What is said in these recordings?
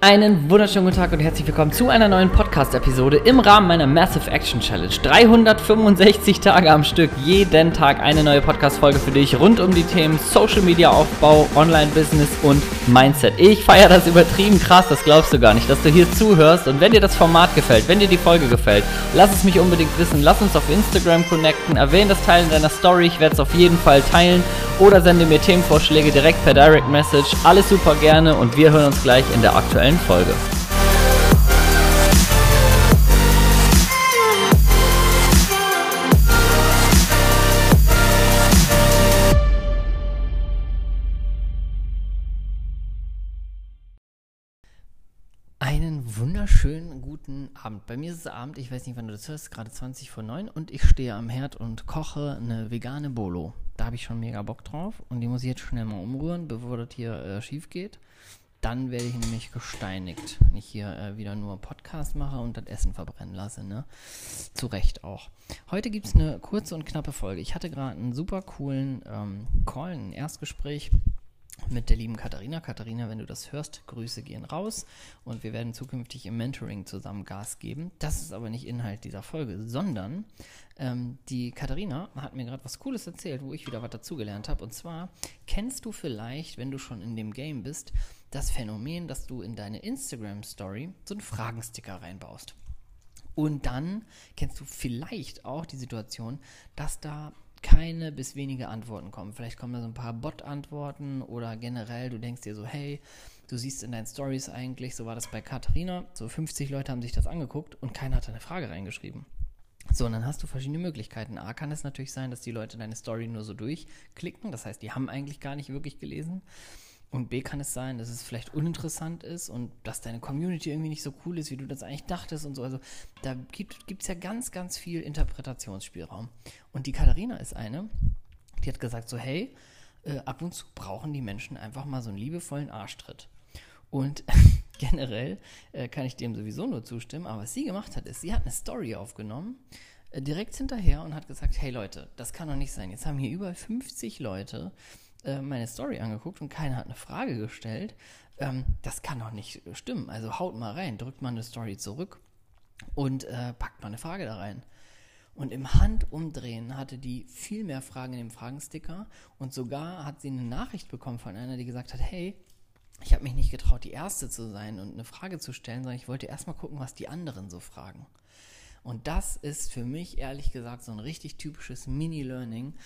Einen wunderschönen guten Tag und herzlich willkommen zu einer neuen Podcast-Episode im Rahmen meiner Massive Action Challenge. 365 Tage am Stück, jeden Tag eine neue Podcast-Folge für dich rund um die Themen Social Media Aufbau, Online-Business und Mindset. Ich feiere das übertrieben krass, das glaubst du gar nicht, dass du hier zuhörst. Und wenn dir das Format gefällt, wenn dir die Folge gefällt, lass es mich unbedingt wissen. Lass uns auf Instagram connecten, erwähne das Teil in deiner Story, ich werde es auf jeden Fall teilen. Oder sende mir Themenvorschläge direkt per Direct Message. Alles super gerne und wir hören uns gleich in der aktuellen Folge. Einen wunderschönen guten Abend. Bei mir ist es Abend, ich weiß nicht, wann du das hörst, gerade 20:09 und ich stehe am Herd und koche eine vegane Bolo. Da habe ich schon mega Bock drauf und die muss ich jetzt schnell mal umrühren, bevor das hier schief geht. Dann werde ich nämlich gesteinigt, wenn ich hier wieder nur Podcast mache und das Essen verbrennen lasse, ne? Zu Recht auch. Heute gibt es eine kurze und knappe Folge. Ich hatte gerade einen super coolen Call, ein Erstgespräch mit der lieben Katharina. Katharina, wenn du das hörst, Grüße gehen raus und wir werden zukünftig im Mentoring zusammen Gas geben. Das ist aber nicht Inhalt dieser Folge, sondern die Katharina hat mir gerade was Cooles erzählt, wo ich wieder was dazugelernt habe. Und zwar kennst du vielleicht, wenn du schon in dem Game bist, das Phänomen, dass du in deine Instagram-Story so einen Fragensticker reinbaust. Und dann kennst du vielleicht auch die Situation, dass da keine bis wenige Antworten kommen. Vielleicht kommen da so ein paar Bot-Antworten oder generell, du denkst dir so, hey, du siehst in deinen Stories eigentlich, so war das bei Katharina, so 50 Leute haben sich das angeguckt und keiner hat eine Frage reingeschrieben. So, und dann hast du verschiedene Möglichkeiten. A, kann es natürlich sein, dass die Leute deine Story nur so durchklicken, das heißt, die haben eigentlich gar nicht wirklich gelesen. Und B, kann es sein, dass es vielleicht uninteressant ist und dass deine Community irgendwie nicht so cool ist, wie du das eigentlich dachtest und so. Also da gibt es ja ganz, ganz viel Interpretationsspielraum. Und die Katharina ist eine, die hat gesagt so, hey, ab und zu brauchen die Menschen einfach mal so einen liebevollen Arschtritt. Und generell kann ich dem sowieso nur zustimmen, aber was sie gemacht hat, ist, sie hat eine Story aufgenommen, direkt hinterher und hat gesagt, hey Leute, das kann doch nicht sein. Jetzt haben hier über 50 Leute meine Story angeguckt und keiner hat eine Frage gestellt. Das kann doch nicht stimmen. Also haut mal rein, drückt mal eine Story zurück und packt mal eine Frage da rein. Und im Handumdrehen hatte die viel mehr Fragen in dem Fragensticker und sogar hat sie eine Nachricht bekommen von einer, die gesagt hat, hey, ich habe mich nicht getraut, die Erste zu sein und eine Frage zu stellen, sondern ich wollte erstmal gucken, was die anderen so fragen. Und das ist für mich, ehrlich gesagt, so ein richtig typisches Mini-Learning.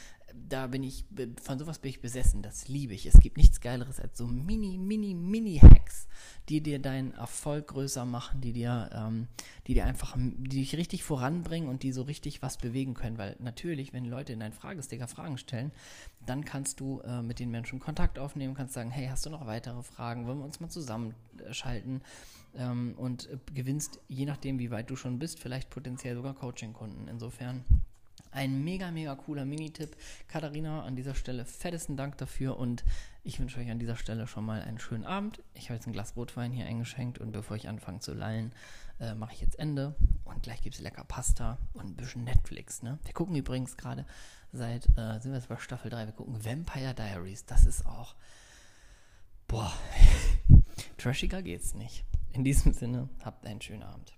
Von sowas bin ich besessen, das liebe ich. Es gibt nichts Geileres als so Mini-Hacks, die dir deinen Erfolg größer machen, die dich richtig voranbringen und die so richtig was bewegen können. Weil natürlich, wenn Leute in deinen Fragesticker Fragen stellen, dann kannst du mit den Menschen Kontakt aufnehmen, kannst sagen, hey, hast du noch weitere Fragen, wollen wir uns mal zusammenschalten? Und gewinnst, je nachdem, wie weit du schon bist, vielleicht potenziell sogar Coaching-Kunden. Insofern ein mega, mega cooler Minitipp. Katharina, an dieser Stelle fettesten Dank dafür und ich wünsche euch an dieser Stelle schon mal einen schönen Abend. Ich habe jetzt ein Glas Rotwein hier eingeschenkt und bevor ich anfange zu lallen, mache ich jetzt Ende und gleich gibt es lecker Pasta und ein bisschen Netflix. Ne? Wir gucken übrigens gerade sind wir jetzt bei Staffel 3, wir gucken Vampire Diaries. Das ist auch, trashiger geht's nicht. In diesem Sinne, habt einen schönen Abend.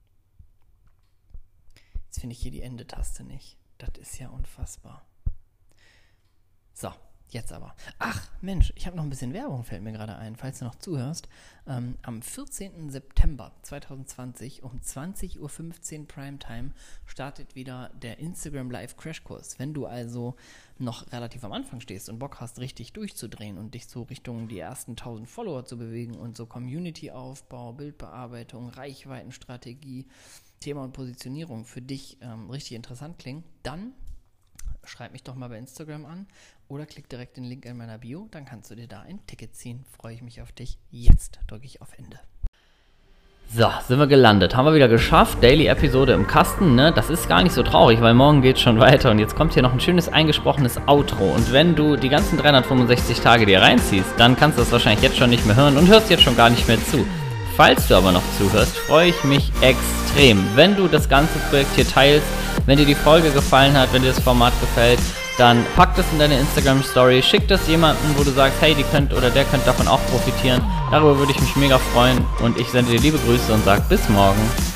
Jetzt finde ich hier die Ende-Taste nicht. Das ist ja unfassbar. So, jetzt aber. Ach, Mensch, ich habe noch ein bisschen Werbung, fällt mir gerade ein, falls du noch zuhörst. Am 14. September 2020 um 20:15 Uhr Primetime startet wieder der Instagram Live Crashkurs. Wenn du also noch relativ am Anfang stehst und Bock hast, richtig durchzudrehen und dich so Richtung die ersten 1000 Follower zu bewegen und so Community-Aufbau, Bildbearbeitung, Reichweitenstrategie, Thema und Positionierung für dich richtig interessant klingen, dann schreib mich doch mal bei Instagram an oder klick direkt den Link in meiner Bio, dann kannst du dir da ein Ticket ziehen. Freue ich mich auf dich. Jetzt drücke ich auf Ende. So, sind wir gelandet. Haben wir wieder geschafft. Daily-Episode im Kasten, ne? Das ist gar nicht so traurig, weil morgen geht's schon weiter. Und jetzt kommt hier noch ein schönes eingesprochenes Outro. Und wenn du die ganzen 365 Tage dir reinziehst, dann kannst du das wahrscheinlich jetzt schon nicht mehr hören und hörst jetzt schon gar nicht mehr zu. Falls du aber noch zuhörst, freue ich mich extrem, wenn du das ganze Projekt hier teilst, wenn dir die Folge gefallen hat, wenn dir das Format gefällt dann pack das in deine Instagram-Story, schick das jemandem, wo du sagst, hey, die könnt oder der könnte davon auch profitieren. Darüber würde ich mich mega freuen und ich sende dir liebe Grüße und sage bis morgen.